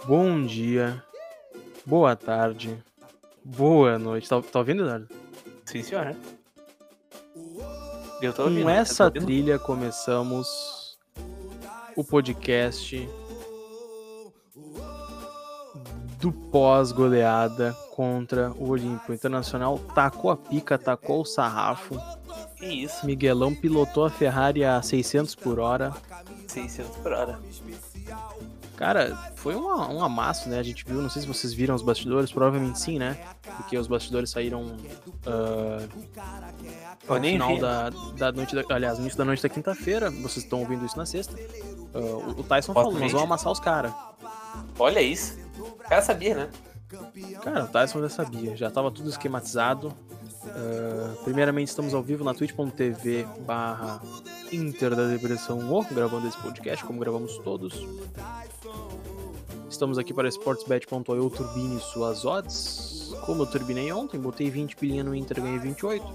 Bom dia, boa tarde, boa noite. Tá ouvindo, Eduardo? Sim, senhora. Eu tô Com ouvindo. essa trilha começamos o podcast do pós-goleada contra o Olímpio. O Internacional tacou a pica, tacou o sarrafo. Que isso? Miguelão pilotou a Ferrari a 600 por hora. 600 por hora. Cara, foi um amasso, né? A gente viu, não sei se vocês viram os bastidores, provavelmente sim, né? Porque os bastidores saíram Eu no nem final vi. da noite, aliás, no início da noite da quinta-feira. Vocês estão ouvindo isso na sexta. O Tyson falou, nós vamos amassar os caras. Olha isso. O cara sabia, né? Cara, o Tyson já sabia, já tava tudo esquematizado. Primeiramente, estamos ao vivo na twitch.tv/Inter da Depressão gravando esse podcast, como gravamos todos. Estamos aqui para sportsbet.io, turbine suas odds. Como eu turbinei ontem, botei 20 pilinha no Inter, ganhei 28.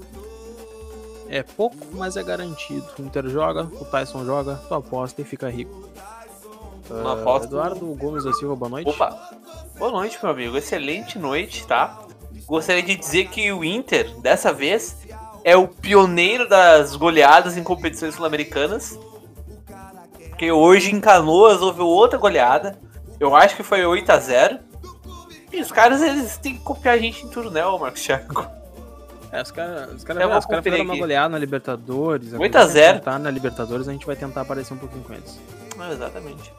É pouco, mas é garantido. O Inter joga, o Tyson joga, tu aposta e fica rico. Uma aposta. Eduardo Gomes da Silva, boa noite. Opa! Boa noite, meu amigo. Excelente noite, tá? Gostaria de dizer que o Inter, dessa vez, é o pioneiro das goleadas em competições sul-americanas. Porque hoje em Canoas houve outra goleada. Eu acho que foi 8-0. E os caras, eles têm que copiar a gente em tudo, né, ô Marcos Thiago? Os caras fizeram uma goleada na Libertadores. 8-0. Tá na Libertadores, a gente vai tentar aparecer um pouquinho com eles. Exatamente.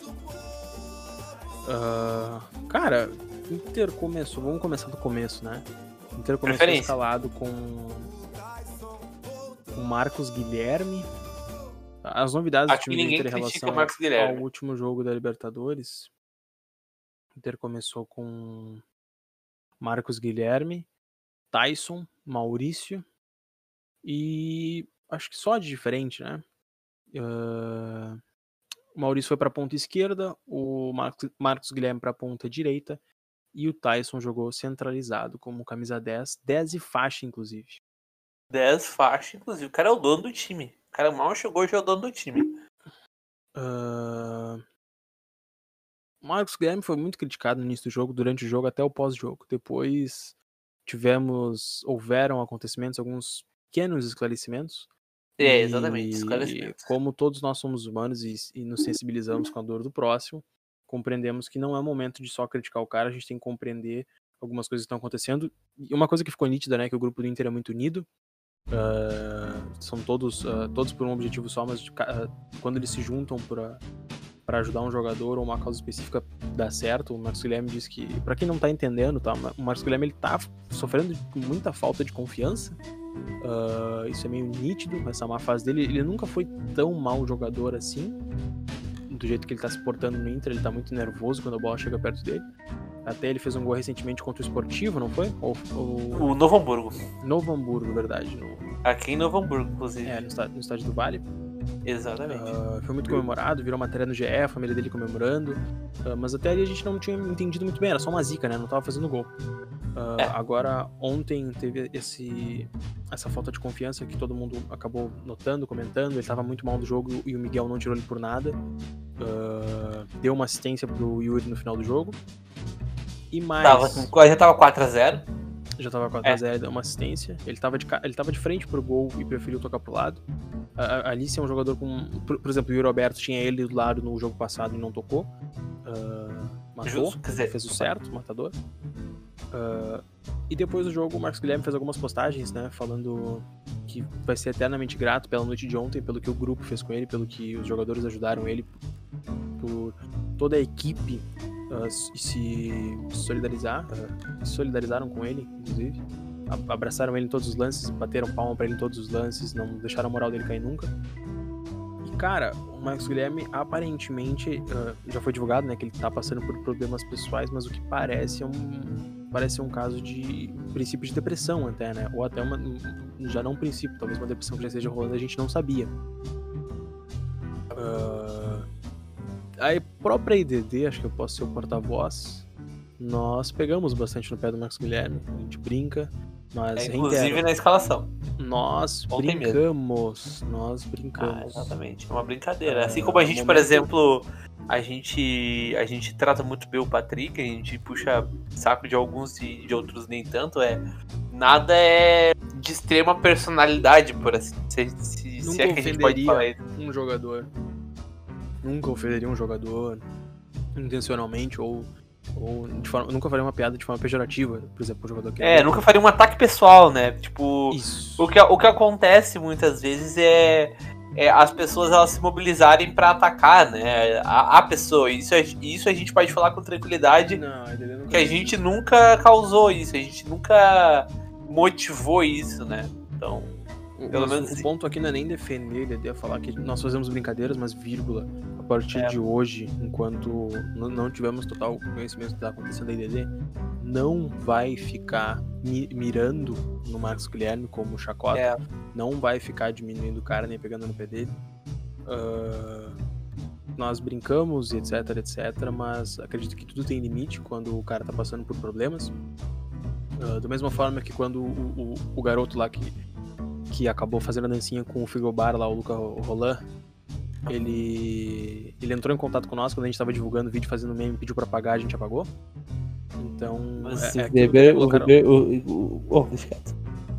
Cara, Inter começou. Vamos começar do começo, né? Inter começou escalado com Marcos Guilherme. As novidades do time do Inter em relação ao último jogo da Libertadores. Inter começou com Marcos Guilherme, Tyson, Maurício e acho que só de diferente, né? O Maurício foi para a ponta esquerda, o Marcos Guilherme para a ponta direita e o Tyson jogou centralizado como camisa 10 e faixa, inclusive. 10 faixa, inclusive. O cara é o dono do time. O cara mal chegou e já é o dono do time. O Marcos Guilherme foi muito criticado no início do jogo, durante o jogo, até o pós-jogo. Depois houveram acontecimentos, alguns pequenos esclarecimentos. Exatamente, esclarecimentos. Como todos nós somos humanos e nos sensibilizamos com a dor do próximo, compreendemos que não é momento de só criticar o cara, a gente tem que compreender algumas coisas que estão acontecendo. E uma coisa que ficou nítida, né, que o grupo do Inter é muito unido. São todos por um objetivo só, mas quando eles se juntam para ajudar um jogador ou uma causa específica dá certo. O Marcos Guilherme disse que, para quem não tá entendendo, tá, o Marcos Guilherme ele tá sofrendo muita falta de confiança. Isso é meio nítido, essa má fase dele. Ele nunca foi tão mau jogador assim, do jeito que ele tá se portando no Inter. Ele tá muito nervoso quando a bola chega perto dele. Até ele fez um gol recentemente contra o Esportivo, não foi? O Novo Hamburgo. Novo Hamburgo, verdade. Aqui em Novo Hamburgo, inclusive. No estádio do Vale. Exatamente. Foi muito comemorado, virou matéria no GE, a família dele comemorando. Mas até ali a gente não tinha entendido muito bem, era só uma zica, né? Não tava fazendo gol. Agora, ontem teve essa falta de confiança que todo mundo acabou notando, comentando. Ele tava muito mal no jogo e o Miguel não tirou ele por nada. Deu uma assistência pro Yuri no final do jogo. E mais... Já tava 4-0. Já tava 4-0, deu uma assistência. Ele tava de frente pro gol e preferiu tocar pro lado. Ali, se é um jogador com... Por exemplo, o Yuri Alberto tinha ele do lado no jogo passado e não tocou. Matou, fez o certo, matador. E depois do jogo, o Marcos Guilherme fez algumas postagens, né, falando que vai ser eternamente grato pela noite de ontem, pelo que o grupo fez com ele, pelo que os jogadores ajudaram ele, por toda a equipe se solidarizaram com ele, inclusive. Abraçaram ele em todos os lances, bateram palma pra ele em todos os lances, não deixaram a moral dele cair nunca. E, cara, o Marcos Guilherme, aparentemente, já foi divulgado, né, que ele tá passando por problemas pessoais, mas o que parece um caso de princípio de depressão até, né, ou até já não um princípio, talvez uma depressão que já esteja rolando, a gente não sabia. A própria IDD, acho que eu posso ser o porta-voz, nós pegamos bastante no pé do Marcos Guilherme, a gente brinca, mas inclusive na escalação. Nós Ontem brincamos. Nós brincamos. Exatamente. É uma brincadeira. Assim como a gente, por exemplo, a gente trata muito bem o Patrick, a gente puxa saco de alguns e de outros nem tanto. Nada é de extrema personalidade, por assim se Nunca é que a gente pode falar isso. um jogador. Nunca ofenderia um jogador intencionalmente ou nunca faria uma piada de forma pejorativa, por exemplo, um jogador que nunca faria um ataque pessoal, né? Tipo, isso. o que acontece muitas vezes é as pessoas elas se mobilizarem pra atacar, né? A pessoa. Isso a gente pode falar com tranquilidade. Não que a gente nunca causou isso, a gente nunca motivou isso, né? Então, pelo menos o ponto aqui não é nem defender, ele é falar que nós fazemos brincadeiras, mas vírgula, a partir de hoje, enquanto não tivermos total conhecimento do que está acontecendo aí, DD, não vai ficar mirando no Marcos Guilherme como chacota, não vai ficar diminuindo o cara nem pegando no pé dele. Nós brincamos, etc, mas acredito que tudo tem limite quando o cara tá passando por problemas. Da mesma forma que quando o garoto lá que acabou fazendo a dancinha com o Frigobar lá, o Luca Roland, ele entrou em contato com nós quando a gente tava divulgando o vídeo, fazendo meme, pediu pra pagar, a gente apagou. Então, deixa quieto.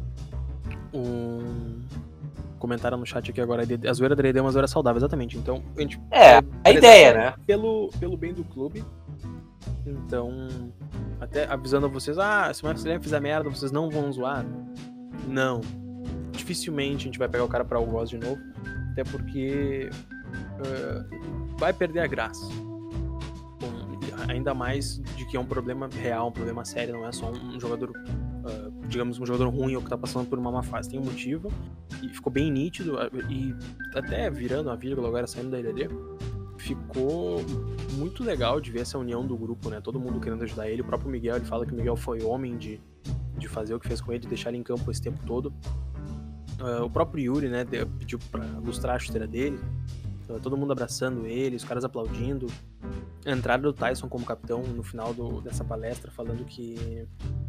Comentaram no chat aqui agora, a zoeira da DD é uma zoeira saudável, exatamente. Então, a gente... a ideia, né? Pelo bem do clube. Então, até avisando a vocês, se o Marcos Guilherme fizer merda, vocês não vão zoar. Não. Dificilmente a gente vai pegar o cara pra algoz de novo, até porque vai perder a graça. Ainda mais de que é um problema real, um problema sério, não é só um jogador, digamos, um jogador ruim ou que tá passando por uma má fase. Tem um motivo, e ficou bem nítido, e até virando a vírgula agora, saindo da IDD, ficou muito legal de ver essa união do grupo, né? Todo mundo querendo ajudar ele. O próprio Miguel, ele fala que o Miguel foi homem de fazer o que fez com ele, de deixar ele em campo esse tempo todo. O próprio Yuri, né, pediu pra lustrar a chuteira dele. Todo mundo abraçando ele, os caras aplaudindo. A entrada do Tyson como capitão no final dessa palestra, falando que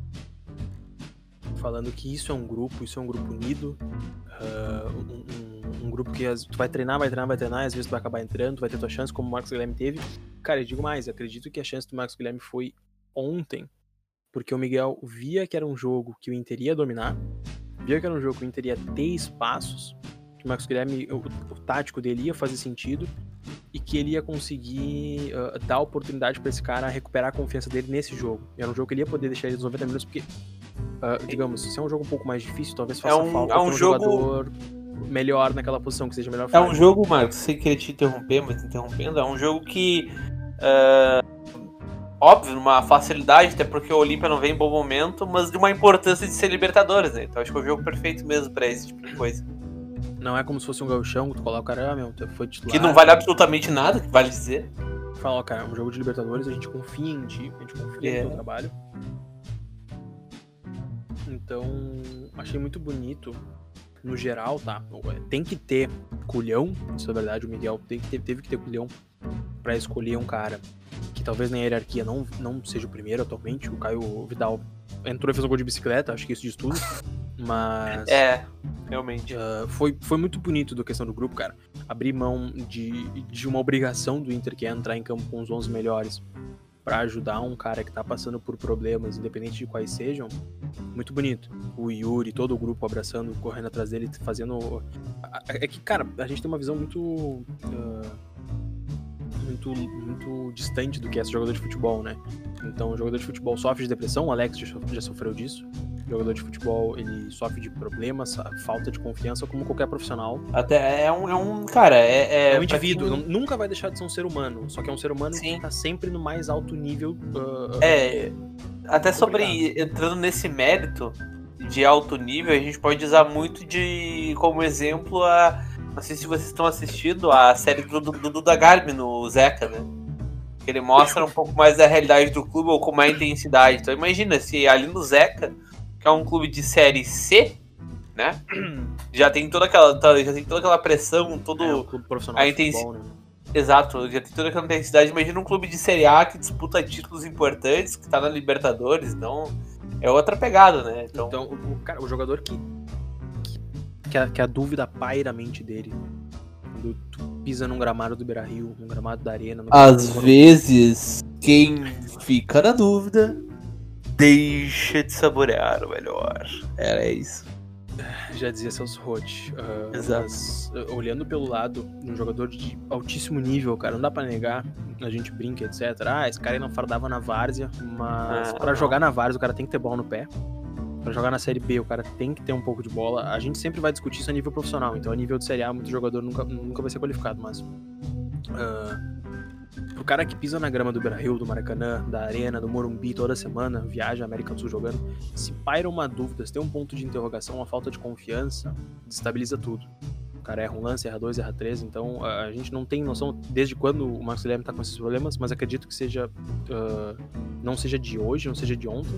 isso é um grupo unido. Um grupo que tu vai treinar, e às vezes tu vai acabar entrando, tu vai ter tua chance, como o Marcos Guilherme teve. Cara, eu digo mais, acredito que a chance do Marcos Guilherme foi ontem, porque o Miguel via que era um jogo que o Inter ia dominar, via que era um jogo que o Inter ia ter espaços, que o Marcos Guilherme, o tático dele ia fazer sentido, e que ele ia conseguir dar oportunidade pra esse cara recuperar a confiança dele nesse jogo. Era um jogo que ele ia poder deixar ele nos 90 minutos, porque, digamos, se é um jogo um pouco mais difícil, talvez faça falta ter um jogador melhor naquela posição, que seja melhor. É um jogo, Marcos, sem querer te interromper, mas interrompendo, é um jogo que, óbvio, uma facilidade, até porque o Olímpia não vem em bom momento, mas de uma importância de ser Libertadores, né? Então acho que é o jogo perfeito mesmo pra esse tipo de coisa. Não é como se fosse um gauchão, tu coloca o cara, foi titular. Que não vale absolutamente nada, que vale dizer. Fala, cara, é um jogo de Libertadores, a gente confia em ti, a gente confia no teu trabalho. Então, achei muito bonito, no geral, tá? Tem que ter culhão, isso é verdade, o Miguel teve que ter culhão pra escolher um cara que talvez na hierarquia não seja o primeiro atualmente. O Caio Vidal entrou e fez um gol de bicicleta, acho que isso diz tudo. Mas... realmente. Foi muito bonito da questão do grupo, cara. Abrir mão de uma obrigação do Inter, que é entrar em campo com os 11 melhores, pra ajudar um cara que tá passando por problemas, independente de quais sejam. Muito bonito. O Yuri, todo o grupo abraçando, correndo atrás dele, fazendo... É que, cara, a gente tem uma visão muito distante do que é esse jogador de futebol, né? Então, o jogador de futebol sofre de depressão, o Alex já sofreu disso. O jogador de futebol, ele sofre de problemas, falta de confiança, como qualquer profissional. Até é um um indivíduo, nunca vai deixar de ser um ser humano, só que é um ser humano que tá sempre no mais alto nível. Até sobre, entrando nesse mérito de alto nível, a gente pode usar muito como exemplo não sei se vocês estão assistindo a série do Duda Garbi no Zeca, né? Que ele mostra um pouco mais da realidade do clube ou com mais intensidade. Então imagina, se ali no Zeca, que é um clube de série C, né? Já tem toda aquela pressão, um clube profissional de futebol, né? Exato, já tem toda aquela intensidade. Imagina um clube de série A que disputa títulos importantes, que tá na Libertadores, então é outra pegada, né? Então o jogador que que a dúvida paira a mente dele. Quando tu pisa num gramado do Beira-Rio, num gramado da Arena... Às vezes, quem fica na dúvida deixa de saborear o melhor. Era isso. Já dizia Celso Roth. Exato. Mas, olhando pelo lado de um jogador de altíssimo nível, cara, não dá pra negar, a gente brinca, etc. Esse cara aí não fardava na várzea, mas pra jogar na várzea o cara tem que ter bola no pé. Pra jogar na Série B o cara tem que ter um pouco de bola. A gente sempre vai discutir isso a nível profissional, então a nível de Série A muito jogador nunca vai ser qualificado, mas... pro cara que pisa na grama do Beira-Rio, do Maracanã, da Arena, do Morumbi toda semana, viaja à América do Sul jogando, se paira uma dúvida, se tem um ponto de interrogação, uma falta de confiança, destabiliza tudo. O cara erra um lance, erra 2, erra 3, então a gente não tem noção desde quando o Marcos Guilherme tá com esses problemas, mas acredito que seja não seja de hoje, não seja de ontem.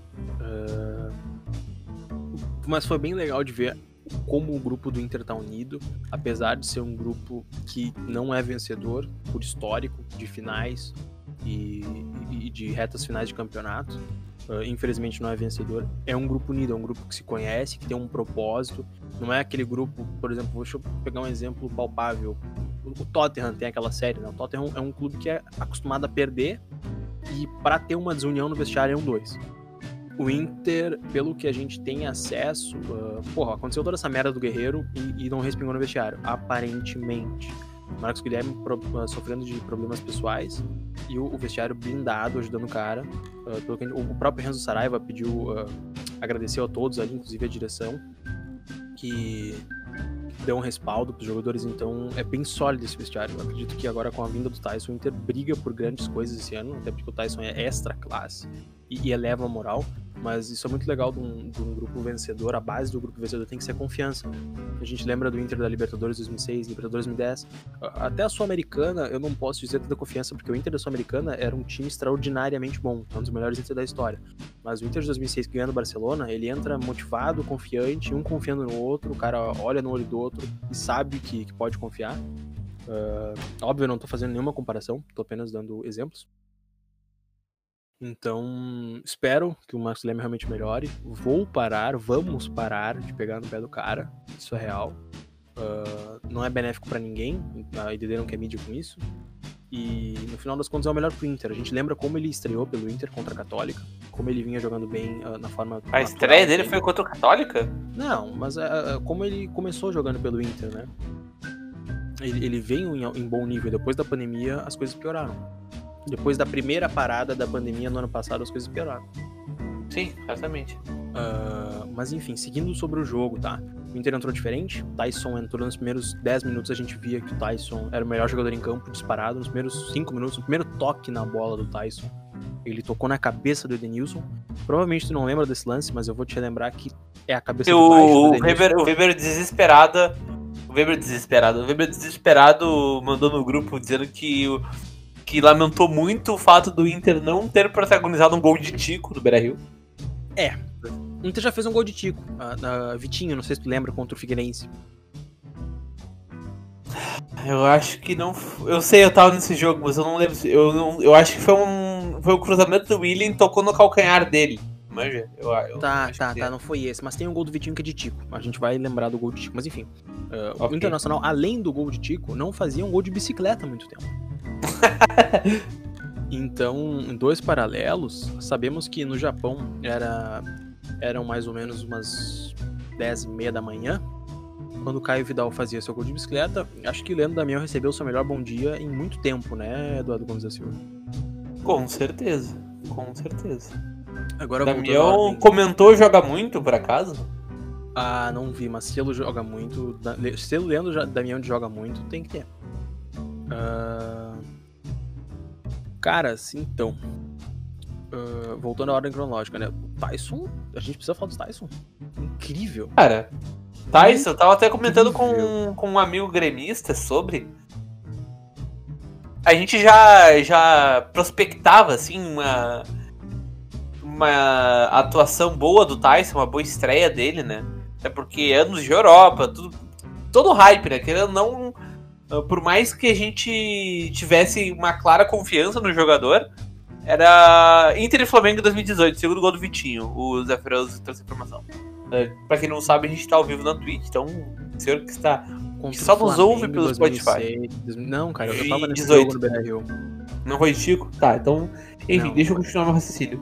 Mas foi bem legal de ver como o grupo do Inter tá unido, apesar de ser um grupo que não é vencedor por histórico de finais e de retas finais de campeonato, infelizmente não é vencedor, é um grupo unido, é um grupo que se conhece, que tem um propósito, não é aquele grupo, por exemplo, deixa eu pegar um exemplo palpável, o Tottenham tem aquela série, né? O Tottenham é um clube que é acostumado a perder e para ter uma desunião no vestiário é um 2. O Inter, pelo que a gente tem acesso, aconteceu toda essa merda do Guerreiro e não respingou no vestiário, aparentemente. Marcos Guilherme sofrendo de problemas pessoais e o vestiário blindado, ajudando o cara. O próprio Renzo Saraiva pediu, agradeceu a todos ali, inclusive a direção, que deu um respaldo para os jogadores, então é bem sólido esse vestiário. Eu acredito que agora com a vinda do Tyson, o Inter briga por grandes coisas esse ano, até porque o Tyson é extra classe e eleva a moral, mas isso é muito legal de um grupo vencedor. A base do grupo vencedor tem que ser a confiança. A gente lembra do Inter da Libertadores 2006, Libertadores 2010, até a Sul-Americana eu não posso dizer toda confiança, porque o Inter da Sul-Americana era um time extraordinariamente bom, um dos melhores Inter da história, mas o Inter de 2006 que ganha no Barcelona, ele entra motivado, confiante, um confiando no outro, o cara olha no olho do outro e sabe que pode confiar. Óbvio, eu não tô fazendo nenhuma comparação, tô apenas dando exemplos. Então, espero que o Marcos Guilherme realmente melhore. Vamos parar de pegar no pé do cara. Isso é real. Não é benéfico pra ninguém. A IDD não quer mídia com isso. E, no final das contas, é o melhor pro Inter. A gente lembra como ele estreou pelo Inter contra a Católica. Como ele vinha jogando bem na forma... A estreia dele foi contra a Católica? Não, mas como ele começou jogando pelo Inter, né? Ele veio em bom nível. Depois da pandemia, as coisas pioraram. Depois da primeira parada da pandemia no ano passado, as coisas pioraram. Sim, exatamente. Mas enfim, seguindo sobre o jogo, tá? O Inter entrou diferente. O Tyson entrou nos primeiros 10 minutos, a gente via que o Tyson era o melhor jogador em campo, disparado. Nos primeiros 5 minutos, no primeiro toque na bola do Tyson, ele tocou na cabeça do Edenilson. Provavelmente tu não lembra desse lance, mas eu vou te lembrar que é a cabeça do baixo do Edenilson. O Weber desesperado mandou no grupo dizendo que lamentou muito o fato do Inter não ter protagonizado um gol de Tico do Beira-Rio. O Inter já fez um gol de Tico. Vitinho, não sei se tu lembra, contra o Figueirense. Eu acho que não... Eu sei, eu tava nesse jogo, mas eu não lembro... Eu acho que foi o cruzamento do Willian, tocou no calcanhar dele. Manja? Não foi esse. Mas tem um gol do Vitinho que é de Tico. A gente vai lembrar do gol de Tico. Mas enfim, Okay. O Internacional, além do gol de Tico, não fazia um gol de bicicleta há muito tempo. Então, em 2 paralelos, sabemos que no Japão eram mais ou menos umas 10h30 da manhã, quando o Caio Vidal fazia seu gol de bicicleta. Acho que o Leandro Damião recebeu seu melhor bom dia em muito tempo, né, Eduardo Gomes da Silva? Com certeza. Agora, Damião comentou joga muito, por acaso? Não vi, mas se ele joga muito, se o Leandro Damião joga muito, tem que ter. Caras, então, voltando à ordem cronológica, né? Tyson, a gente precisa falar do Tyson. Incrível. Cara, Tyson, eu tava até comentando com um amigo gremista sobre. A gente já prospectava, assim, uma atuação boa do Tyson, uma boa estreia dele, né? Até porque anos de Europa, todo hype, né? Querendo ou não, por mais que a gente tivesse uma clara confiança no jogador, era Inter e Flamengo em 2018, segundo gol do Vitinho, o Zé Feroz trouxe informação. Pra quem não sabe, a gente tá ao vivo na Twitch, então o senhor que está... Contra que só o nos Flamengo ouve pelo 2006, Não, cara, eu tava nesse 18. jogo no Beira-Rio. Não foi Chico? Tá, então... Enfim, Não, deixa eu foi. continuar meu raciocínio.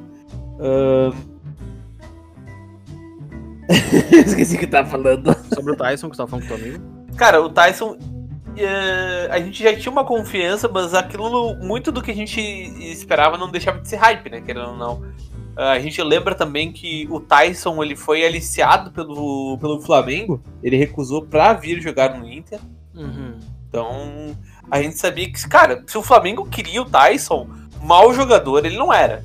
Esqueci o que tava falando. Sobre o Tyson, que você tava falando com teu amigo. Cara, o Tyson... a gente já tinha uma confiança, mas aquilo, muito do que a gente esperava não deixava de ser hype, né? Querendo ou não. A gente lembra também que o Tyson ele foi aliciado pelo Flamengo. Ele recusou pra vir jogar no Inter. Uhum. Então, a gente sabia que, cara, se o Flamengo queria o Tyson, mau jogador ele não era.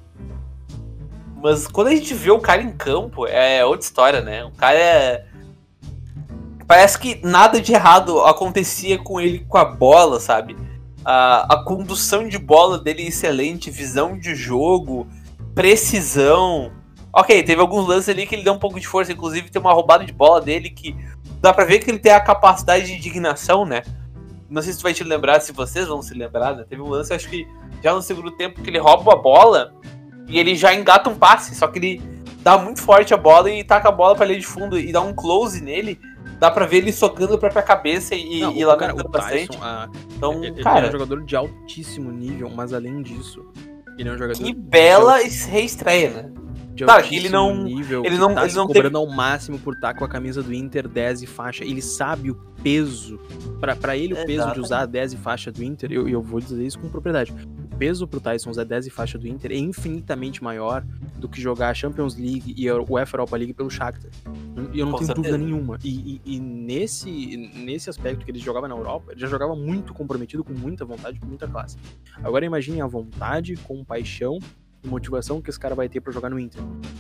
Mas quando a gente vê o cara em campo, é outra história, né? O cara é... Parece que nada de errado acontecia com ele com a bola, sabe? A condução de bola dele é excelente, visão de jogo, precisão. Ok, teve alguns lances ali que ele deu um pouco de força, inclusive tem uma roubada de bola dele que dá pra ver que ele tem a capacidade de indignação, né? Não sei se tu vai te lembrar, se vocês vão se lembrar, né? Teve um lance, acho que já no segundo tempo, que ele rouba a bola e ele já engata um passe, só que ele dá muito forte a bola e taca a bola pra linha de fundo e dá um close nele. Dá pra ver ele socando a própria cabeça e lamentando bastante. Então, ele cara... é um jogador de altíssimo nível, mas além disso, ele é um jogador... Que bela reestreia, né? De Claro, altíssimo ele não... nível, ele que não, tá ele se não cobrando teve... ao máximo por estar com a camisa do Inter 10 e faixa. Ele sabe o peso. Pra ele, o peso de usar a 10 e faixa do Inter, eu vou dizer isso com propriedade. O peso pro Tyson usar 10 e faixa do Inter é infinitamente maior do que jogar a Champions League e a UEFA Europa League pelo Shakhtar. E eu não tenho dúvida nenhuma. E nesse aspecto que ele jogava na Europa, ele já jogava muito comprometido, com muita vontade, com muita classe. Agora imagine a vontade, com paixão e motivação que esse cara vai ter pra jogar no Inter.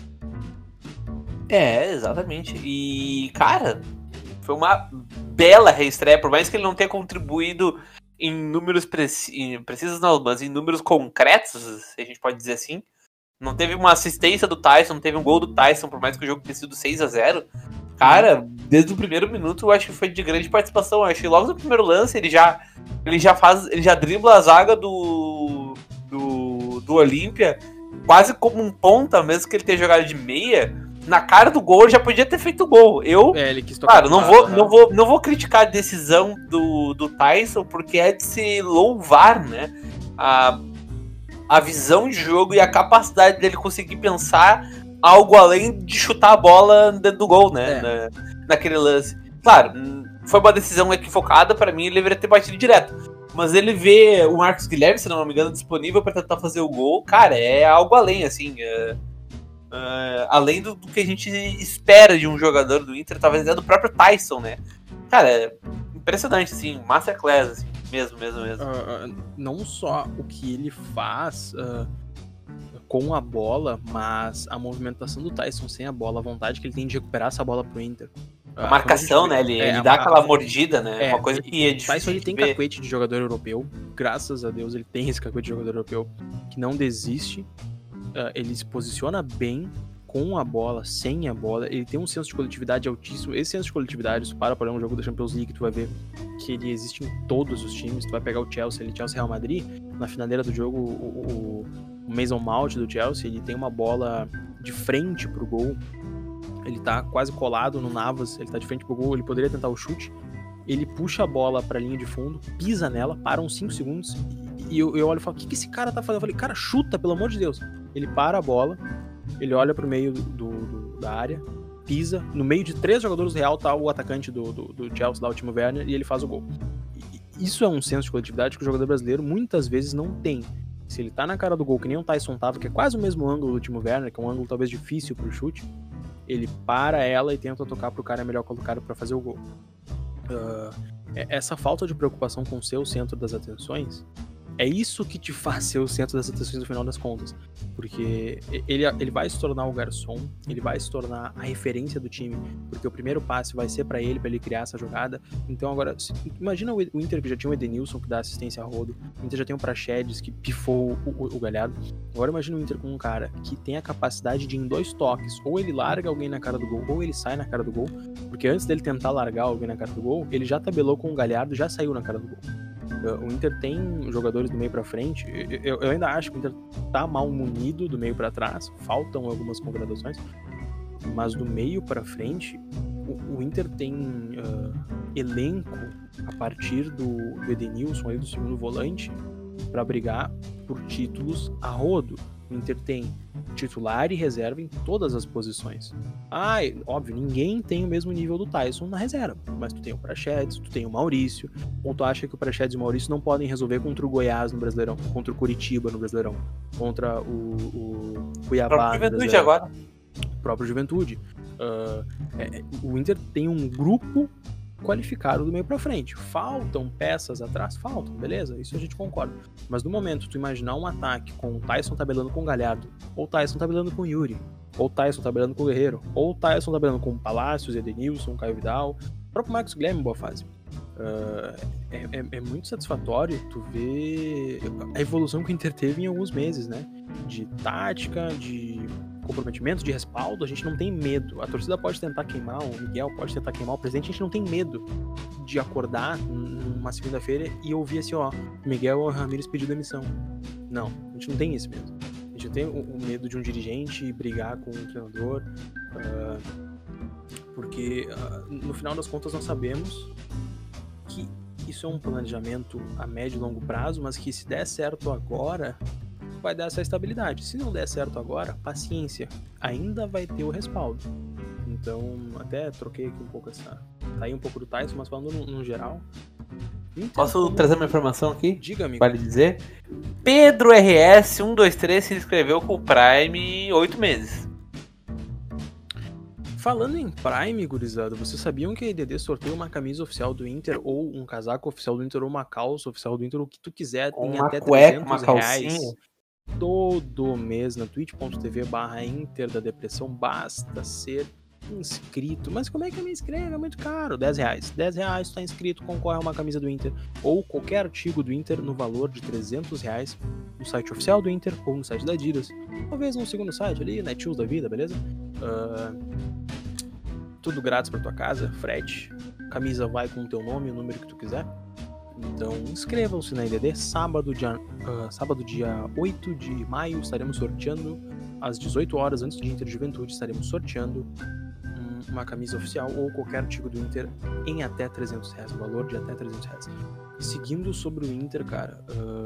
É, exatamente. E, cara, foi uma bela reestreia, por mais que ele não tenha contribuído em números precisos, não, mas em números concretos, se a gente pode dizer assim. Não teve uma assistência do Tyson, não teve um gol do Tyson, por mais que o jogo tenha sido 6-0. Cara, desde o primeiro minuto eu acho que foi de grande participação. Eu acho que logo no primeiro lance ele já dribla a zaga do Olímpia, quase como um ponta, mesmo que ele tenha jogado de meia. Na cara do gol, ele já podia ter feito o gol. Ele quis tocar. Claro, não vou criticar a decisão do Tyson, porque é de se louvar, né? A visão de jogo e a capacidade dele conseguir pensar algo além de chutar a bola dentro do gol, né? Naquele lance. Claro, foi uma decisão equivocada, pra mim ele deveria ter batido direto. Mas ele vê o Marcos Guilherme, se não me engano, disponível pra tentar fazer o gol, cara, é algo além, assim. Além do que a gente espera de um jogador do Inter, talvez até do próprio Tyson, né? Cara, é impressionante, assim, masterclass, assim. Mesmo. Não só o que ele faz com a bola, mas a movimentação do Tyson sem a bola, a vontade que ele tem de recuperar essa bola pro Inter. A marcação, né? Ele dá aquela mordida, né? Uma coisa que é difícil. O Tyson ele tem cacuete de jogador europeu. Graças a Deus ele tem esse cacuete de jogador europeu que não desiste. Ele se posiciona bem com a bola, sem a bola, ele tem um senso de coletividade altíssimo. Esse senso de coletividade, se tu para olhar um jogo da Champions League, tu vai ver que ele existe em todos os times. Tu vai pegar o Chelsea Real Madrid, na finaleira do jogo, o Mason Mount do Chelsea, ele tem uma bola de frente pro gol, ele tá quase colado no Navas, ele tá de frente pro gol, ele poderia tentar o chute, ele puxa a bola pra linha de fundo, pisa nela, para uns 5 segundos, e eu olho e falo, o que esse cara tá fazendo? Eu falei, cara, chuta, pelo amor de Deus. Ele para a bola, ele olha pro meio da área, pisa, no meio de 3 jogadores real tá o atacante do Chelsea, lá, o Timo Werner, e ele faz o gol. Isso é um senso de coletividade que o jogador brasileiro muitas vezes não tem. Se ele tá na cara do gol, que nem o Tyson tava, que é quase o mesmo ângulo do Timo Werner, que é um ângulo talvez difícil pro chute, ele para ela e tenta tocar pro cara melhor colocado pra fazer o gol. Essa falta de preocupação com o seu centro das atenções, é isso que te faz ser o centro das atenções no final das contas. Porque ele vai se tornar o garçom, ele vai se tornar a referência do time, porque o primeiro passe vai ser pra ele criar essa jogada. Então agora, imagina o Inter que já tinha o Edenilson que dá assistência a rodo, o Inter já tem o Praxedes que pifou o Galhardo. Agora imagina o Inter com um cara que tem a capacidade de, em 2 toques, ou ele larga alguém na cara do gol, ou ele sai na cara do gol, porque antes dele tentar largar alguém na cara do gol, ele já tabelou com o Galhardo e já saiu na cara do gol. O Inter tem jogadores do meio pra frente. Eu ainda acho que o Inter tá mal munido do meio pra trás. Faltam algumas contratações. mas do meio para frente, o Inter tem elenco a partir do Edenilson, aí do segundo volante, para brigar por títulos a rodo. O Inter tem titular e reserva em todas as posições. Óbvio, ninguém tem o mesmo nível do Tyson na reserva, mas tu tem o Praxedes, tu tem o Maurício, ou tu acha que o Praxedes e o Maurício não podem resolver contra o Goiás no Brasileirão, contra o Curitiba no Brasileirão, contra o Cuiabá no Brasileirão. Agora. O próprio Juventude. O Inter tem um grupo qualificado do meio pra frente. Faltam peças atrás? Faltam, beleza? Isso a gente concorda. Mas no momento, tu imaginar um ataque com o Tyson tabelando com o Galhardo, ou o Tyson tabelando com o Yuri, ou o Tyson tabelando com o Guerreiro, ou o Tyson tabelando com o Palácios, Edenilson, Caio Vidal, o próprio Marcos Guilherme em boa fase. É muito satisfatório tu ver a evolução que o Inter teve em alguns meses, né? De tática, de comprometimento, de respaldo. A gente não tem medo. A torcida pode tentar queimar, o Miguel pode tentar queimar o presidente. A gente não tem medo de acordar numa segunda-feira e ouvir assim, ó, Miguel Ramírez pediu demissão. Não, a gente não tem esse medo. A gente tem o medo de um dirigente brigar com um treinador, porque no final das contas nós sabemos que isso é um planejamento a médio e longo prazo, mas que se der certo agora, vai dar essa estabilidade. Se não der certo agora, paciência, ainda vai ter o respaldo. Então, até troquei aqui um pouco saí um pouco do Tyson, mas falando no geral. Posso trazer uma informação aqui? Diga, amigo. Vale dizer. Pedro RS 123 se inscreveu com o Prime 8 meses. Falando em Prime, gurizada, vocês sabiam que a EDD sorteia uma camisa oficial do Inter, ou um casaco oficial do Inter, ou uma calça oficial do Inter, o que tu quiser, tem uma até cueca, R$300 uma calcinha. Todo mês na twitch.tv/Inter da Depressão. Basta ser inscrito. Mas como é que eu me inscrevo? É muito caro. R$10. R$10 tu tá inscrito, concorre a uma camisa do Inter ou qualquer artigo do Inter no valor de R$300 no site oficial do Inter ou no site da Adidas. Talvez num segundo site ali, Netshoes da vida, beleza? Tudo grátis pra tua casa, frete. Camisa vai com o teu nome, o número que tu quiser. Então inscrevam-se na IDD. Sábado, dia 8 de maio, estaremos sorteando às 18 horas, antes de Inter Juventude, estaremos sorteando uma camisa oficial ou qualquer artigo do Inter em até R$300, o valor de até R$300. Seguindo sobre o Inter, cara,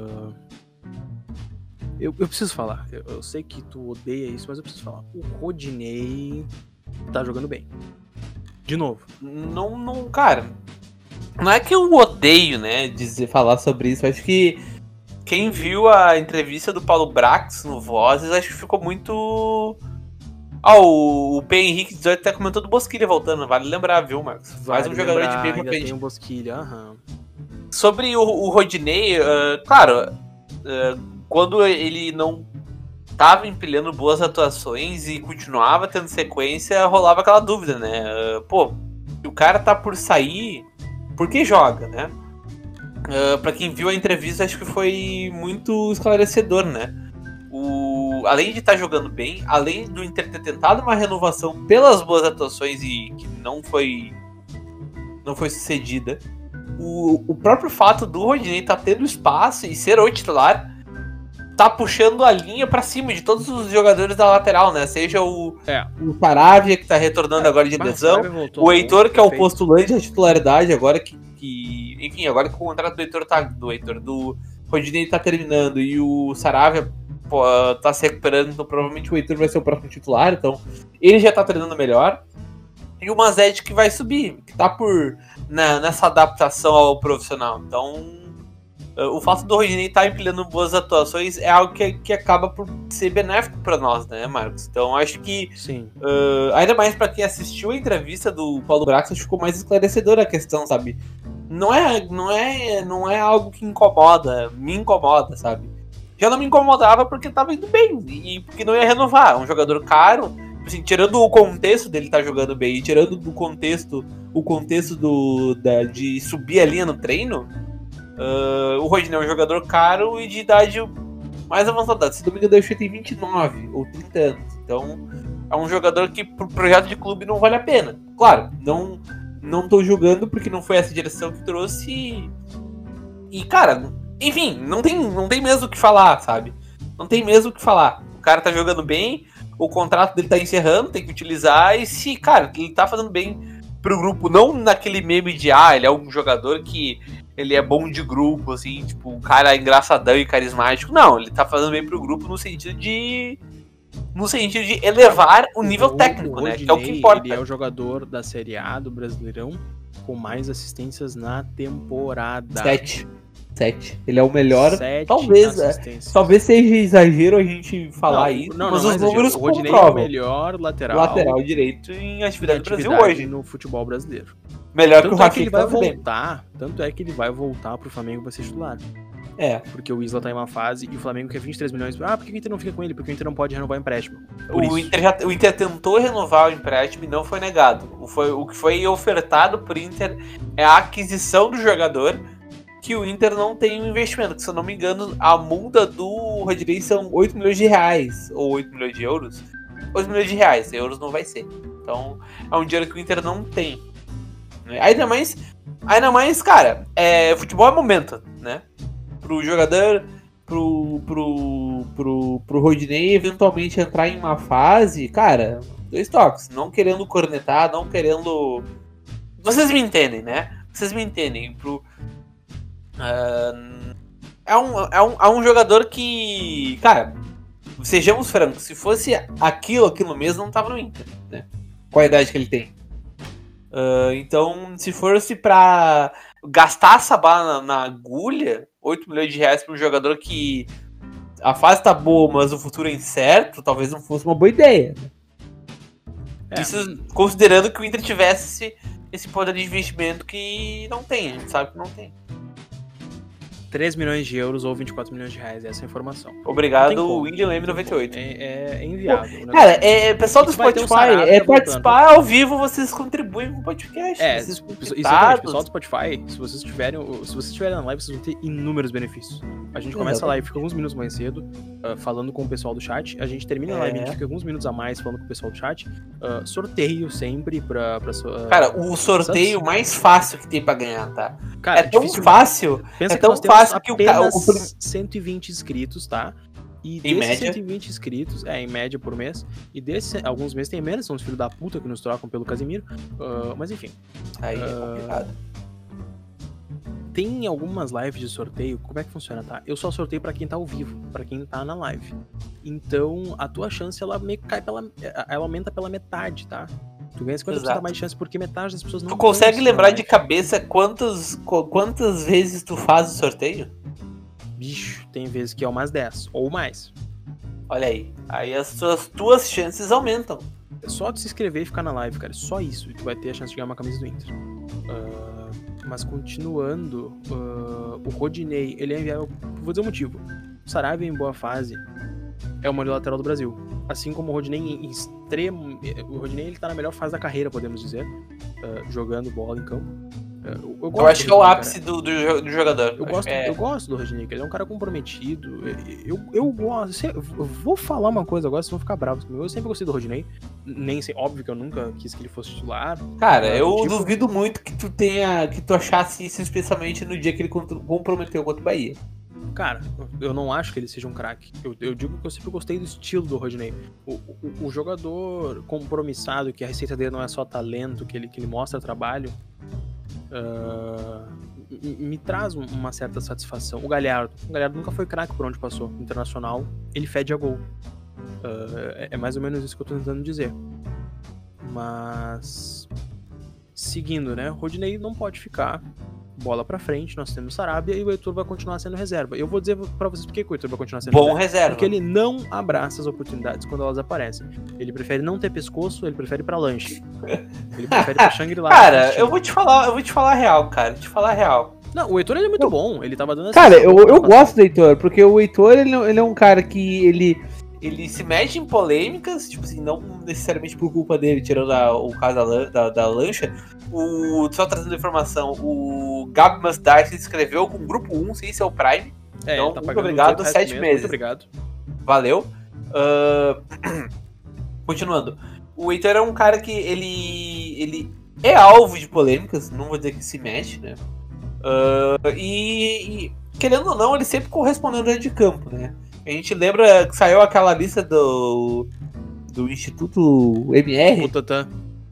eu preciso falar. Eu sei que tu odeia isso, mas eu preciso falar. O Rodinei tá jogando bem. De novo. Não, cara. Não é que eu odeio, né, falar sobre isso. Acho que quem viu a entrevista do Paulo Brax no Vozes, acho que ficou muito... o P. Henrique 18 tá comentando do Bosquilha voltando. Vale lembrar, viu, Marcos? Vale Mais um jogador de bem pra frente. Tem um Bosquilha, Sobre o Rodinei, claro, quando ele não tava empilhando boas atuações e continuava tendo sequência, rolava aquela dúvida, né? Se o cara tá por sair, por que joga, né? Pra quem viu a entrevista, acho que foi muito esclarecedor, né? Além de estar jogando bem, além do Inter ter tentado uma renovação pelas boas atuações e que não foi sucedida, o próprio fato do Rodinei estar tendo espaço e ser o titular tá puxando a linha pra cima de todos os jogadores da lateral, né? Seja o Saravia, que tá retornando agora de lesão, o Heitor, que é o postulante da titularidade agora, enfim, agora que o contrato do Rodinei tá terminando e o Saravia tá se recuperando, então provavelmente o Heitor vai ser o próximo titular, então ele já tá treinando melhor. E o Mazed, que vai subir, que tá nessa adaptação ao profissional. Então, o fato do Rodinei estar empilhando boas atuações é algo que acaba por ser benéfico para nós, né, Marcos? Então, acho que, ainda mais para quem assistiu a entrevista do Paulo Brax, ficou mais esclarecedora a questão, sabe? Não é algo que me incomoda, sabe? Já não me incomodava porque tava indo bem e porque não ia renovar. É um jogador caro, assim, tirando o contexto dele estar jogando bem e tirando o contexto de subir a linha no treino, o Rodinei é um jogador caro e de idade mais avançada. Se não me engano, ele tem 29 ou 30 anos. Então, é um jogador que pro projeto de clube não vale a pena. Claro, não tô julgando porque não foi essa direção que trouxe. E, cara, enfim, não tem mesmo o que falar, sabe? Não tem mesmo o que falar. O cara tá jogando bem. o contrato dele tá encerrando, tem que utilizar, e se, cara, ele tá fazendo bem pro grupo, não naquele meme de, ele é um jogador que ele é bom de grupo, assim, tipo, um cara engraçadão e carismático. Não, ele tá fazendo bem pro grupo no sentido de elevar o nível técnico, né? Que é o que importa. Ele é o jogador da Série A do Brasileirão com mais assistências na temporada. 7. Ele é o melhor. 7 talvez seja exagero a gente falar isso, mas os números o Rodinei comprovam. É o melhor lateral direito em atividade do Brasil hoje. No futebol brasileiro. Melhor tanto que o Rafinha, ele vai voltar. Tanto é que ele vai voltar pro Flamengo pra ser titular. Porque o Isla tá em uma fase e o Flamengo quer 23 milhões. Por que o Inter não fica com ele? Porque o Inter não pode renovar o empréstimo. O Inter tentou renovar o empréstimo e não foi negado. O que foi ofertado pro Inter é a aquisição do jogador, que o Inter não tem um investimento. Que, se eu não me engano, a multa do Rodinei são 8 milhões de reais. Ou 8 milhões de euros. 8 milhões de reais. Euros não vai ser. Então, é um dinheiro que o Inter não tem. Ainda mais, cara, futebol é momento, né? Pro jogador, pro Rodinei eventualmente entrar em uma fase, cara, 2 toques. Não querendo cornetar, não querendo... Vocês me entendem, né? Vocês me entendem. É um jogador que, cara, sejamos francos, se fosse aquilo mesmo, não tava no Inter, né? Qual a idade que ele tem? Então, se fosse pra gastar essa bala na agulha, 8 milhões de reais pra um jogador que a fase tá boa, mas o futuro é incerto, talvez não fosse uma boa ideia, né? Isso considerando que o Inter tivesse esse poder de investimento que não tem, a gente sabe que não tem. 3 milhões de euros ou 24 milhões de reais, essa é a informação. Obrigado, William M98. É inviável. Cara, pessoal do Spotify, participar ao vivo, vocês contribuem com o podcast. Exatamente, pessoal do Spotify, se vocês estiverem na live, vocês vão ter inúmeros benefícios. A gente começa a live, fica alguns minutos mais cedo, falando com o pessoal do chat. A gente termina a live, a gente fica alguns minutos a mais falando com o pessoal do chat. Sorteio sempre pra cara, o sorteio mais fácil que tem pra ganhar, tá? Cara, é tão fácil. Pensa que nós temos apenas 120 inscritos, tá? E desses média? 120 inscritos, em média por mês, e desses, alguns meses tem menos, são os filhos da puta que nos trocam pelo Casimiro, mas enfim. Aí é complicado. Tem algumas lives de sorteio, como é que funciona, tá? Eu só sorteio pra quem tá ao vivo, pra quem tá na live. Então, a tua chance, ela meio que cai ela aumenta pela metade, tá? Tu ganha 50% mais de chance, porque metade das pessoas não... Tu consegue lembrar de cabeça quantas vezes tu faz o sorteio? Bicho, tem vezes que é umas 10, ou mais. Olha aí. Aí as tuas chances aumentam. É só tu se inscrever e ficar na live, cara. Só isso. E tu vai ter a chance de ganhar uma camisa do Inter. Mas continuando, o Rodinei, ele é inviável. Vou dizer o motivo. O Sarabia em boa fase é o melhor lateral do Brasil. Assim como o Rodinei em extremo... O Rodinei, ele tá na melhor fase da carreira, podemos dizer. Jogando bola em campo. Eu acho que é o ápice do jogador. Eu gosto do Rodinei, ele é um cara comprometido. Eu gosto. Eu vou falar uma coisa agora, vocês vão ficar bravos comigo. Eu sempre gostei do Rodinei. Nem sei, óbvio que eu nunca quis que ele fosse titular. Cara, eu duvido muito que tu achasse isso, especialmente no dia que ele comprometeu contra o Bahia. Cara, eu não acho que ele seja um craque. Eu digo que eu sempre gostei do estilo do Rodinei. O jogador compromissado, que a receita dele não é só talento, que ele mostra trabalho, me traz uma certa satisfação. O Galhardo nunca foi craque por onde passou. Internacional, ele fede a gol. É mais ou menos isso que eu tô tentando dizer. Mas seguindo, né? O Rodinei não pode ficar bola pra frente, nós temos Sarabia e o Heitor vai continuar sendo reserva. Eu vou dizer pra vocês por que o Heitor vai continuar sendo reserva. Porque ele não abraça as oportunidades quando elas aparecem. Ele prefere não ter pescoço, ele prefere ir pra lanche. Ele prefere ir pra Shangri-La. Cara, eu vou te falar a real, cara. Não, o Heitor ele é muito bom, ele tava dando... Cara, eu gosto do Heitor, porque o Heitor ele é um cara que ele se mete em polêmicas, tipo assim, não necessariamente por culpa dele, tirando o caso da lancha. Só trazendo informação, o Gabi Mustard escreveu com o grupo 1, sem ser o Prime. Então, tá muito obrigado, 7 meses. Muito obrigado. Valeu. Continuando. O Heitor é um cara que ele é alvo de polêmicas, não vou dizer que se mexe, né? E querendo ou não, ele sempre correspondendo dentro de campo, né? A gente lembra que saiu aquela lista do Instituto MR. Butantan.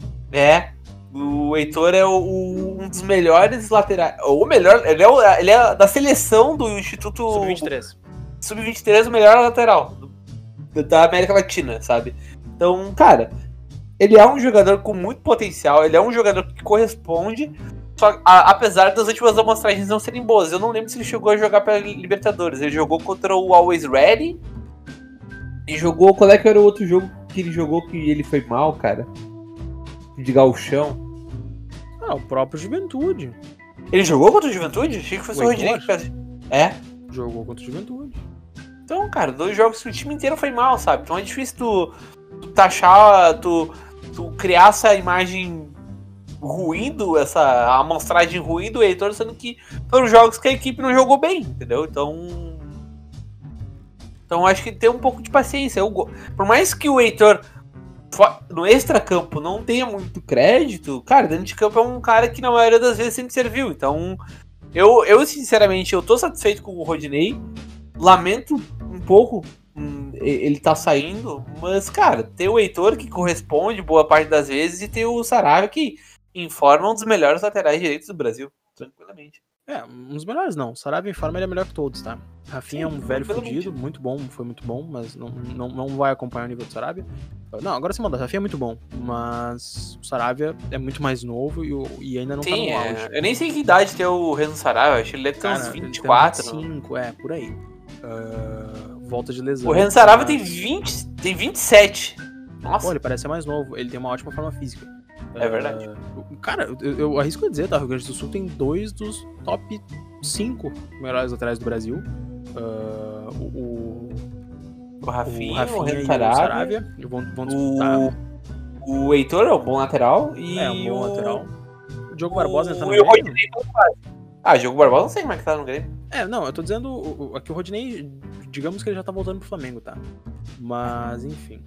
O Heitor é um dos melhores laterais. Ou o melhor, ele é da seleção do Instituto Sub-23. Sub-23, o melhor lateral da América Latina, sabe? Então, cara, ele é um jogador com muito potencial, ele é um jogador que corresponde, só apesar das últimas amostragens não serem boas. Eu não lembro se ele chegou a jogar para Libertadores. Ele jogou contra o Always Ready e jogou... Qual é que era o outro jogo que ele jogou que ele foi mal, cara? De gauchão. O próprio Juventude. Ele jogou contra o Juventude? Achei que fosse o Rodrigo. Jogou contra o Juventude. Então, cara, 2 jogos que o time inteiro foi mal, sabe? Então é difícil tu taxar, tu criar essa imagem ruim, essa amostragem ruim do Heitor, sendo que foram jogos que a equipe não jogou bem, entendeu? Então acho que tem um pouco de paciência. Por mais que o Heitor no extracampo não tenha muito crédito, cara, dentro de campo é um cara que na maioria das vezes sempre serviu. Então, eu sinceramente, eu tô satisfeito com o Rodinei. Lamento um pouco ele tá saindo, mas, cara, tem o Heitor que corresponde boa parte das vezes e tem o Saravia que informa um dos melhores laterais direitos do Brasil, tranquilamente. Um dos melhores não. O Saravia informa, ele é melhor que todos, tá? Rafinha é um velho fudido, muito bom, foi muito bom, mas não vai acompanhar o nível do Saravia. Não, agora você manda, o Rafinha é muito bom, mas o Saravia é muito mais novo e ainda não tá no auge. Eu nem sei que idade tem o Renan Saravia, acho que ele deve ter uns 24. 25, por aí. Volta de lesão. O Renan Saravia tem 27. Nossa. Pô, ele parece ser mais novo, ele tem uma ótima forma física. É verdade. Cara, eu arrisco a dizer, tá? O Rio Grande do Sul tem 2 dos top 5 melhores laterais do Brasil. O Rafinha e o Saravia vão disputar. O Heitor é um bom lateral. E um bom lateral. O Diogo Barbosa tá no Grêmio. Diogo Barbosa não sei como é que tá no Grêmio. Não, eu tô dizendo aqui o Rodinei, digamos que ele já tá voltando pro Flamengo, tá? Mas, enfim.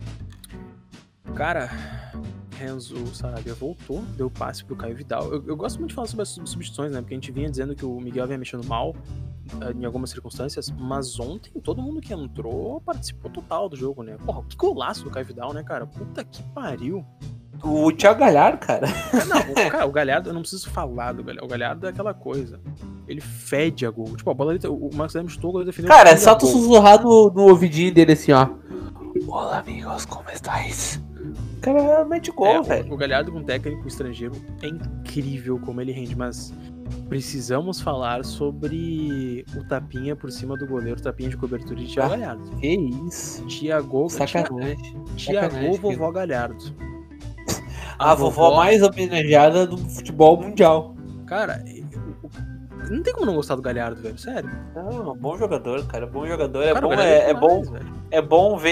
Cara, Renzo Saravia voltou, deu passe pro Caio Vidal. Eu gosto muito de falar sobre as substituições, né? Porque a gente vinha dizendo que o Miguel vinha mexendo mal em algumas circunstâncias, mas ontem todo mundo que entrou participou total do jogo, né? Porra, que golaço do Caio Vidal, né, cara? Puta que pariu. O Thiago Galhardo, cara. O Galhardo, eu não preciso falar do Galhardo. O Galhardo é aquela coisa. Ele fede a gol. Tipo, a bola ali, o Marcos Lemos chutou, o goleiro defendeu. Cara, é só tu sussurrar no ouvidinho dele assim, ó. Olá, amigos, como estáis? O cara realmente gol, velho. O Galhardo com técnico estrangeiro é incrível como ele rende, mas precisamos falar sobre o tapinha por cima do goleiro, tapinha de cobertura de Thiago Galhardo. Que isso? Thiago Vovó Galhardo. A vovó mais homenageada do futebol mundial. Cara, não tem como não gostar do Galhardo, velho, sério. Não, bom jogador, cara, bom jogador. Cara, é bom ver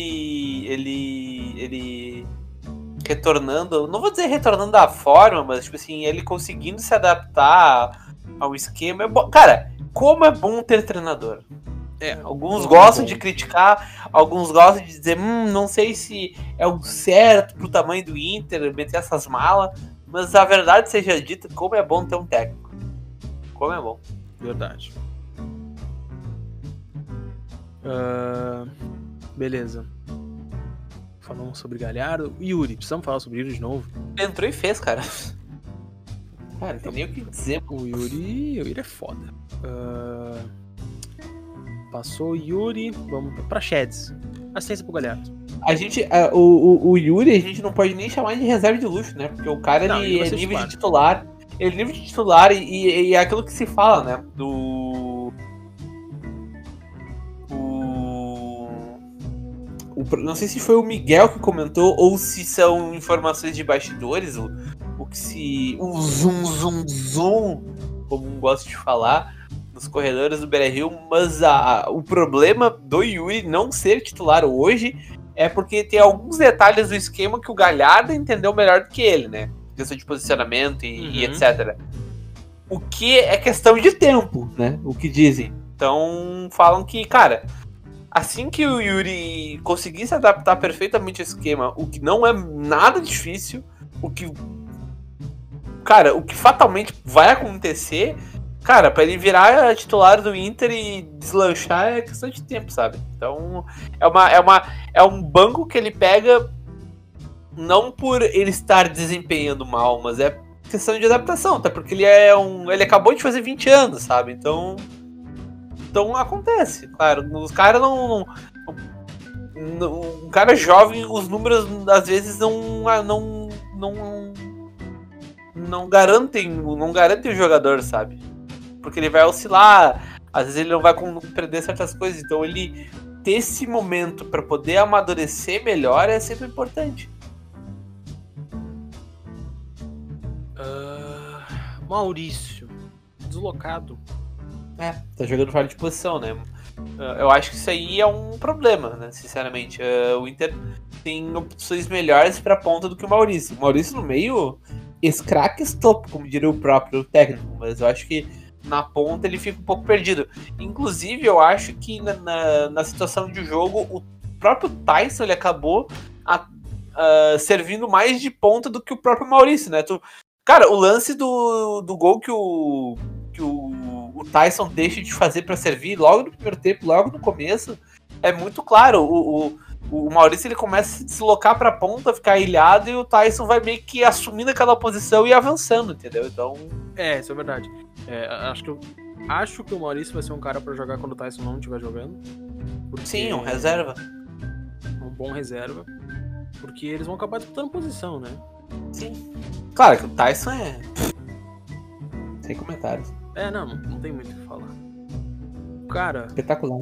ele retornando, não vou dizer retornando da forma, mas tipo assim, ele conseguindo se adaptar ao esquema. Cara, como é bom ter treinador. Alguns gostam de criticar, alguns gostam de dizer, não sei se é o certo pro tamanho do Inter, meter essas malas, mas a verdade seja dita, como é bom ter um técnico. Como é bom. Verdade. Beleza. Falamos sobre Galhardo. Yuri, precisamos falar sobre Yuri de novo? Entrou e fez, cara. Cara, não tem nem o que dizer. O Yuri é foda. Passou o Yuri, vamos pra Sheds. Assistência pro Galhardo. A gente, o Yuri, a gente não pode nem chamar de reserva de luxo, né? Porque o cara ele é nível de titular. Ele é nível de titular e é aquilo que se fala, né? Não sei se foi o Miguel que comentou ou se são informações de bastidores, o zoom, como gosto de falar, nos corredores do Beira-Rio, mas o problema do Yuri não ser titular hoje é porque tem alguns detalhes do esquema que o Galhardo entendeu melhor do que ele, né? Questão de posicionamento e etc. O que é questão de tempo, né? O que dizem. Então, falam que, cara, assim que o Yuri conseguir se adaptar perfeitamente ao esquema, o que não é nada difícil, o que fatalmente vai acontecer, Cara, pra ele virar titular do Inter e deslanchar é questão de tempo, sabe? Então, é um banco que ele pega não por ele estar desempenhando mal, mas é questão de adaptação, até porque ele acabou de fazer 20 anos, sabe? Então acontece, claro. Os caras um cara jovem, os números às vezes não garantem o jogador, sabe? Porque ele vai oscilar, às vezes ele não vai compreender certas coisas, então ele ter esse momento para poder amadurecer melhor é sempre importante. Maurício, deslocado. Tá jogando fora de posição, né? Eu acho que isso aí é um problema, né? Sinceramente. O Inter tem opções melhores pra ponta do que o Maurício. O Maurício no meio, escraques topo, como diria o próprio técnico, mas eu acho que na ponta ele fica um pouco perdido. Inclusive, eu acho que na situação de jogo, o próprio Tyson ele acabou servindo mais de ponta do que o próprio Maurício, né? Cara, o lance do gol que o Tyson deixa de fazer pra servir logo no primeiro tempo, logo no começo, é muito claro. O Maurício ele começa a se deslocar pra ponta, ficar ilhado, e o Tyson vai meio que assumindo aquela posição e avançando, entendeu? Então... isso é verdade. Acho que o Maurício vai ser um cara pra jogar quando o Tyson não estiver jogando. Sim, um reserva. Um bom reserva. Porque eles vão acabar disputando posição, né? Sim. Claro que o Tyson é... sem comentários. Não tem muito o que falar. Cara... espetacular.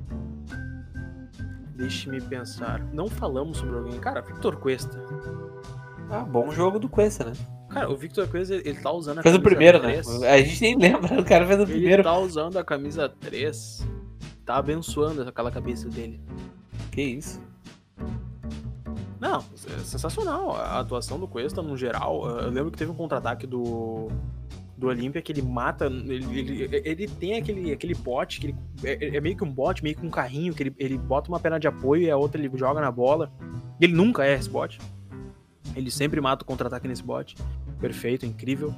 Deixe-me pensar. Não falamos sobre alguém. Cara, Victor Cuesta. Bom jogo do Cuesta, né? Cara, o Victor Cuesta, ele tá usando a camisa 3. Fez o primeiro, 3. Né? A gente nem lembra, o cara fez o primeiro. Ele tá usando a camisa 3. Tá abençoando aquela cabeça dele. Que isso? Não, é sensacional. A atuação do Cuesta, no geral. Eu lembro que teve um contra-ataque do Olímpia que ele mata. Ele tem aquele bote, que é meio que um bote, meio que um carrinho, que ele bota uma perna de apoio e a outra ele joga na bola. Ele nunca erra esse bote. Ele sempre mata o contra-ataque nesse bote. Perfeito, incrível.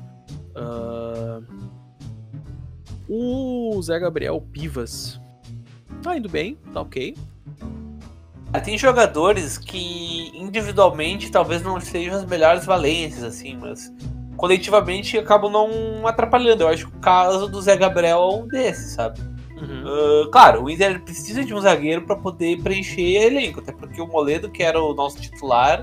O Zé Gabriel Pivas tá indo bem, tá ok. Tem jogadores que individualmente talvez não sejam as melhores valências, assim, mas coletivamente acabam não atrapalhando. Eu acho que o caso do Zé Gabriel é um desses, sabe? Claro, o Inter precisa de um zagueiro para poder preencher elenco, até porque o Moledo, que era o nosso titular,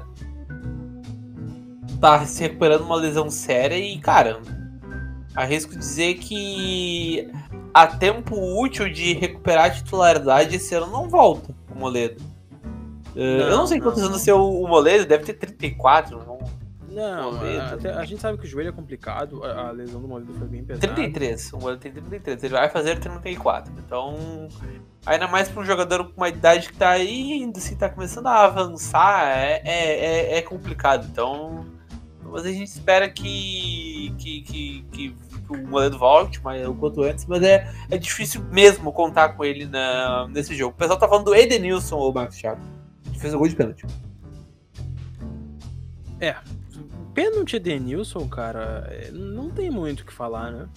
tá se recuperando uma lesão séria e, cara, arrisco dizer que a tempo útil de recuperar a titularidade esse ano não volta o Moledo. Eu não sei quantos anos tem o Moledo, deve ter 34, não? Não, a gente sabe que o joelho é complicado, a lesão do Moledo foi bem pesada. 33, o Moledo tem 33, ele vai fazer 34, então ainda mais para um jogador com uma idade que tá ainda, assim, tá começando a avançar, é complicado, então, mas a gente espera que o Moledo volte o quanto antes, mas é difícil mesmo contar com ele nesse jogo. O pessoal tá falando do Edenilson ou o Marcos Thiago, que fez o gol de pênalti. Pênalti Edenilson, cara, não tem muito o que falar, né?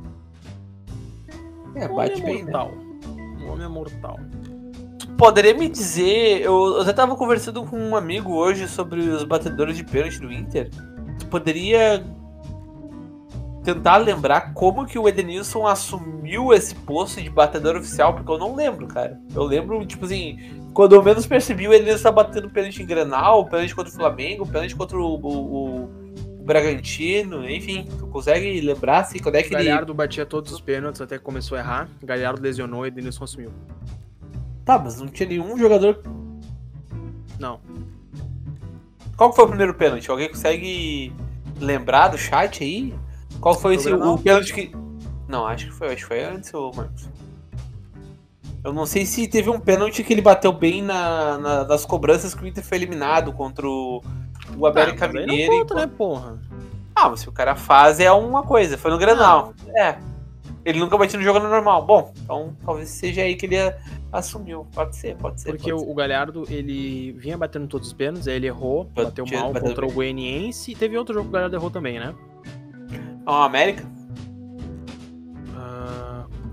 Bate bem, né? O homem é mortal. Tu poderia me dizer, eu até tava conversando com um amigo hoje sobre os batedores de pênalti do Inter. Tu poderia tentar lembrar como que o Edenilson assumiu esse posto de batedor oficial? Porque eu não lembro, cara. Eu lembro, tipo assim, quando eu menos percebi, o Edenilson tá batendo pênalti em Grenal, pênalti contra o Flamengo, pênalti contra o Bragantino, enfim. Tu consegue lembrar, assim, quando é que Galhardo batia todos os pênaltis até que começou a errar. Galhardo lesionou e Edenilson assumiu. Tá, mas não tinha nenhum jogador... Não. Qual que foi o primeiro pênalti? Alguém consegue lembrar do chat aí? Qual foi o pênalti que... Não, acho que foi antes, ou Marcos? Eu não sei se teve um pênalti que ele bateu bem nas cobranças que o Inter foi eliminado contra o América Mineiro. Não conta, né, porra? Mas se o cara faz é uma coisa, foi no Grenal. Ele nunca bateu no jogo normal. Bom, então talvez seja aí que ele assumiu. Pode ser. Porque o Galhardo, ele vinha batendo todos os pênaltis, aí ele errou, bateu mal contra o Goianiense, e teve outro jogo que o Galhardo errou também, né? América?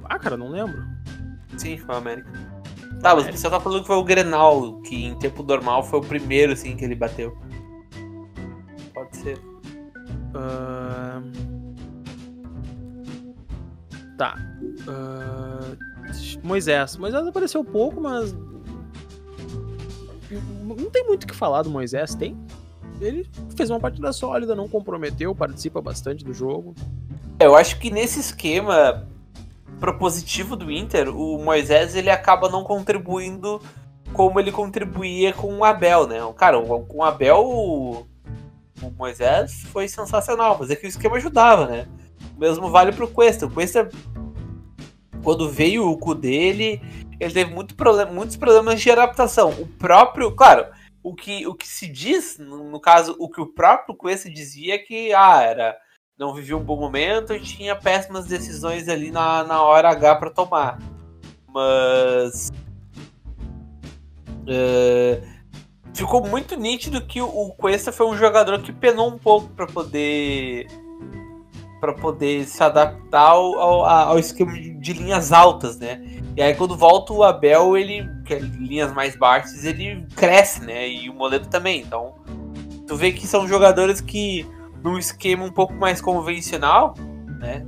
Ah, cara, não lembro. Sim, foi o América. Tá, mas você tá falando que foi o Grenal, que em tempo normal foi o primeiro, assim, que ele bateu. Pode ser. Tá. Moisés apareceu pouco, mas não tem muito o que falar do Moisés, tem? Ele fez uma partida sólida, não comprometeu, participa bastante do jogo. Eu acho que nesse esquema propositivo do Inter, o Moisés ele acaba não contribuindo como ele contribuía com o Abel, né? Cara, com o Abel o Moisés foi sensacional, mas é que o esquema ajudava, né? O mesmo vale pro Cuesta. O Cuesta, quando veio o Kudê, ele teve muitos problemas de adaptação. O próprio, claro, o que se diz, no caso, o que o próprio Cuesta dizia é que não vivia um bom momento e tinha péssimas decisões ali na hora H para tomar. Mas ficou muito nítido que o Cuesta foi um jogador que penou um pouco para poder se adaptar ao esquema de linhas altas, né? E aí quando volta o Abel, que é linhas mais baixas, ele cresce, né? E o Moledo também. Então, tu vê que são jogadores que, num esquema um pouco mais convencional, né?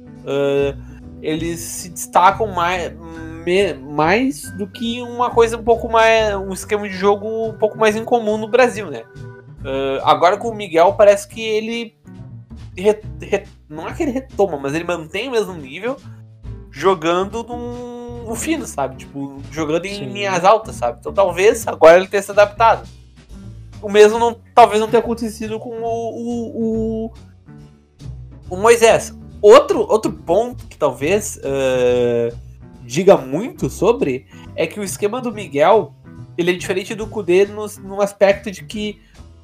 Eles se destacam mais do que uma coisa um pouco mais... um esquema de jogo um pouco mais incomum no Brasil, né? Agora com o Miguel parece que ele não é que ele retoma, mas ele mantém o mesmo nível jogando no fino, sabe? Tipo, jogando em linhas altas, sabe? Então talvez agora ele tenha se adaptado. O mesmo talvez não tenha acontecido com o Moisés. Outro ponto que talvez diga muito sobre é que o esquema do Miguel ele é diferente do Kudê no aspecto de que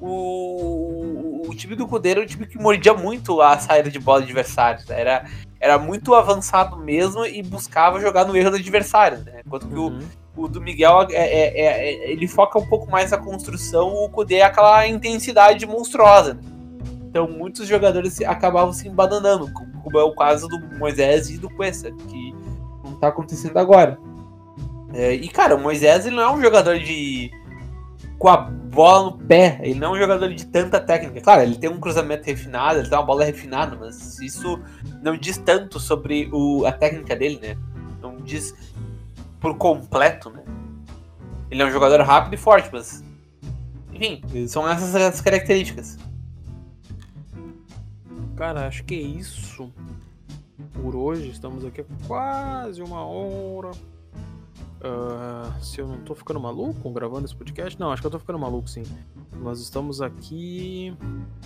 o time do Kudê era um time que mordia muito a saída de bola de adversários, né? Era muito avançado mesmo e buscava jogar no erro do adversário, né? Enquanto que o do Miguel ele foca um pouco mais na construção, o Kudê é aquela intensidade monstruosa, né? Então muitos jogadores acabavam se embananando, como é o caso do Moisés e do Cuesta, que não tá acontecendo agora. E cara, o Moisés ele não é um jogador com a bola no pé, ele não é um jogador de tanta técnica. Claro, ele tem um cruzamento refinado, ele tem uma bola refinada, mas isso não diz tanto sobre a técnica dele, né? Não diz por completo, né? Ele é um jogador rápido e forte, mas enfim, são essas as características. Cara, acho que é isso por hoje. Estamos aqui há quase uma hora. Se eu não tô ficando maluco gravando esse podcast? Não, acho que eu tô ficando maluco, sim. Nós estamos aqui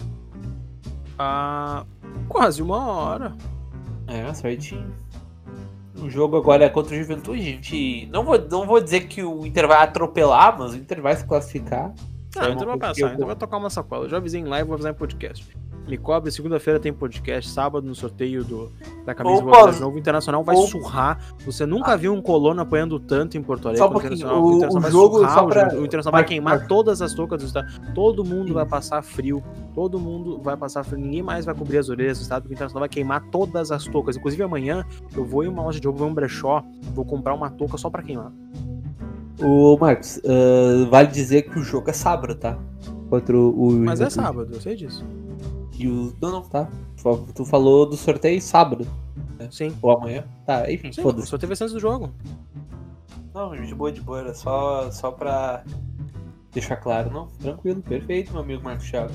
há quase uma hora. Certinho. O jogo agora é contra o Juventude. A gente não vou dizer que o Inter vai atropelar, mas o Inter vai se classificar. O Inter vai passar, o Inter vai tocar uma sacola. Eu já avisei em live, vou avisar em podcast. Me cobre, segunda-feira tem podcast, sábado no sorteio da camisa do Botafogo Novo. O Internacional vai surrar. Você nunca viu um colono apanhando tanto em Porto Alegre. Só um pouquinho. O Internacional o Internacional vai queimar todas as toucas do estado. Todo mundo vai passar frio. Todo mundo vai passar frio. Ninguém mais vai cobrir as orelhas do estado, porque o Internacional vai queimar todas as toucas. Inclusive amanhã eu vou em uma loja de jogo, vou em um brechó, vou comprar uma touca só pra queimar. Ô Marcos, vale dizer que o jogo é sábado, tá? Contra o Mas é sábado, eu sei disso. Não, tá. Tu falou do sorteio sábado. Né? Sim. Ou amanhã. Tá, enfim, foda-se. O sorteio vai ser antes do jogo. Não, de boa. Era só pra deixar claro. Não, tranquilo, perfeito, meu amigo Marcos Thiago.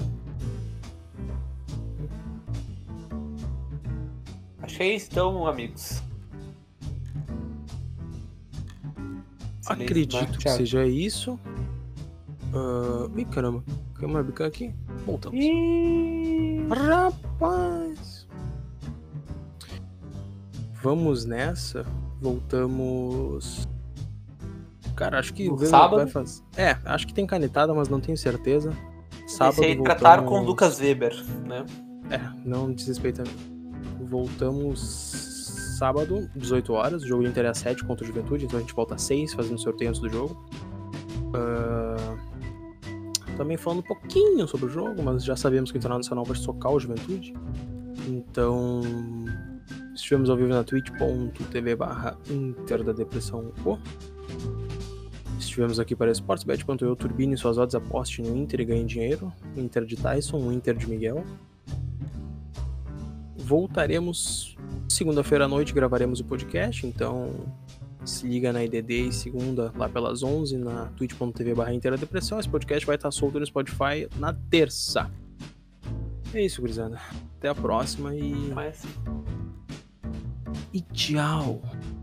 Acho que é isso então, amigos. Excelente, Acredito que seja isso. Ih, caramba. Câmera webcam aqui. Voltamos. Rapaz! Vamos nessa. Voltamos. Cara, acho que sábado vai fazer. Acho que tem canetada, mas não tenho certeza. Sábado. Esse aí do Qatar com o Lucas Weber, né? Não desrespeita. Voltamos sábado, 18 horas. O jogo do Inter é às 7 contra o Juventude, então a gente volta às 6, fazendo sorteio antes do jogo. Também falando um pouquinho sobre o jogo, mas já sabemos que o Internacional vai socar o Juventude. Então Estivemos ao vivo na twitch.tv/Inter da Depressão. Estivemos aqui para sportsbet.eu. Turbine suas odds, aposte no Inter e ganhe dinheiro. O Inter de Tyson, o Inter de Miguel. Voltaremos segunda-feira à noite, gravaremos o podcast, então se liga na IDD e segunda lá pelas 11 na twitch.tv/Inter da Depressão. Esse podcast vai estar solto no Spotify na terça. É isso, gurizada. Até a próxima e tchau.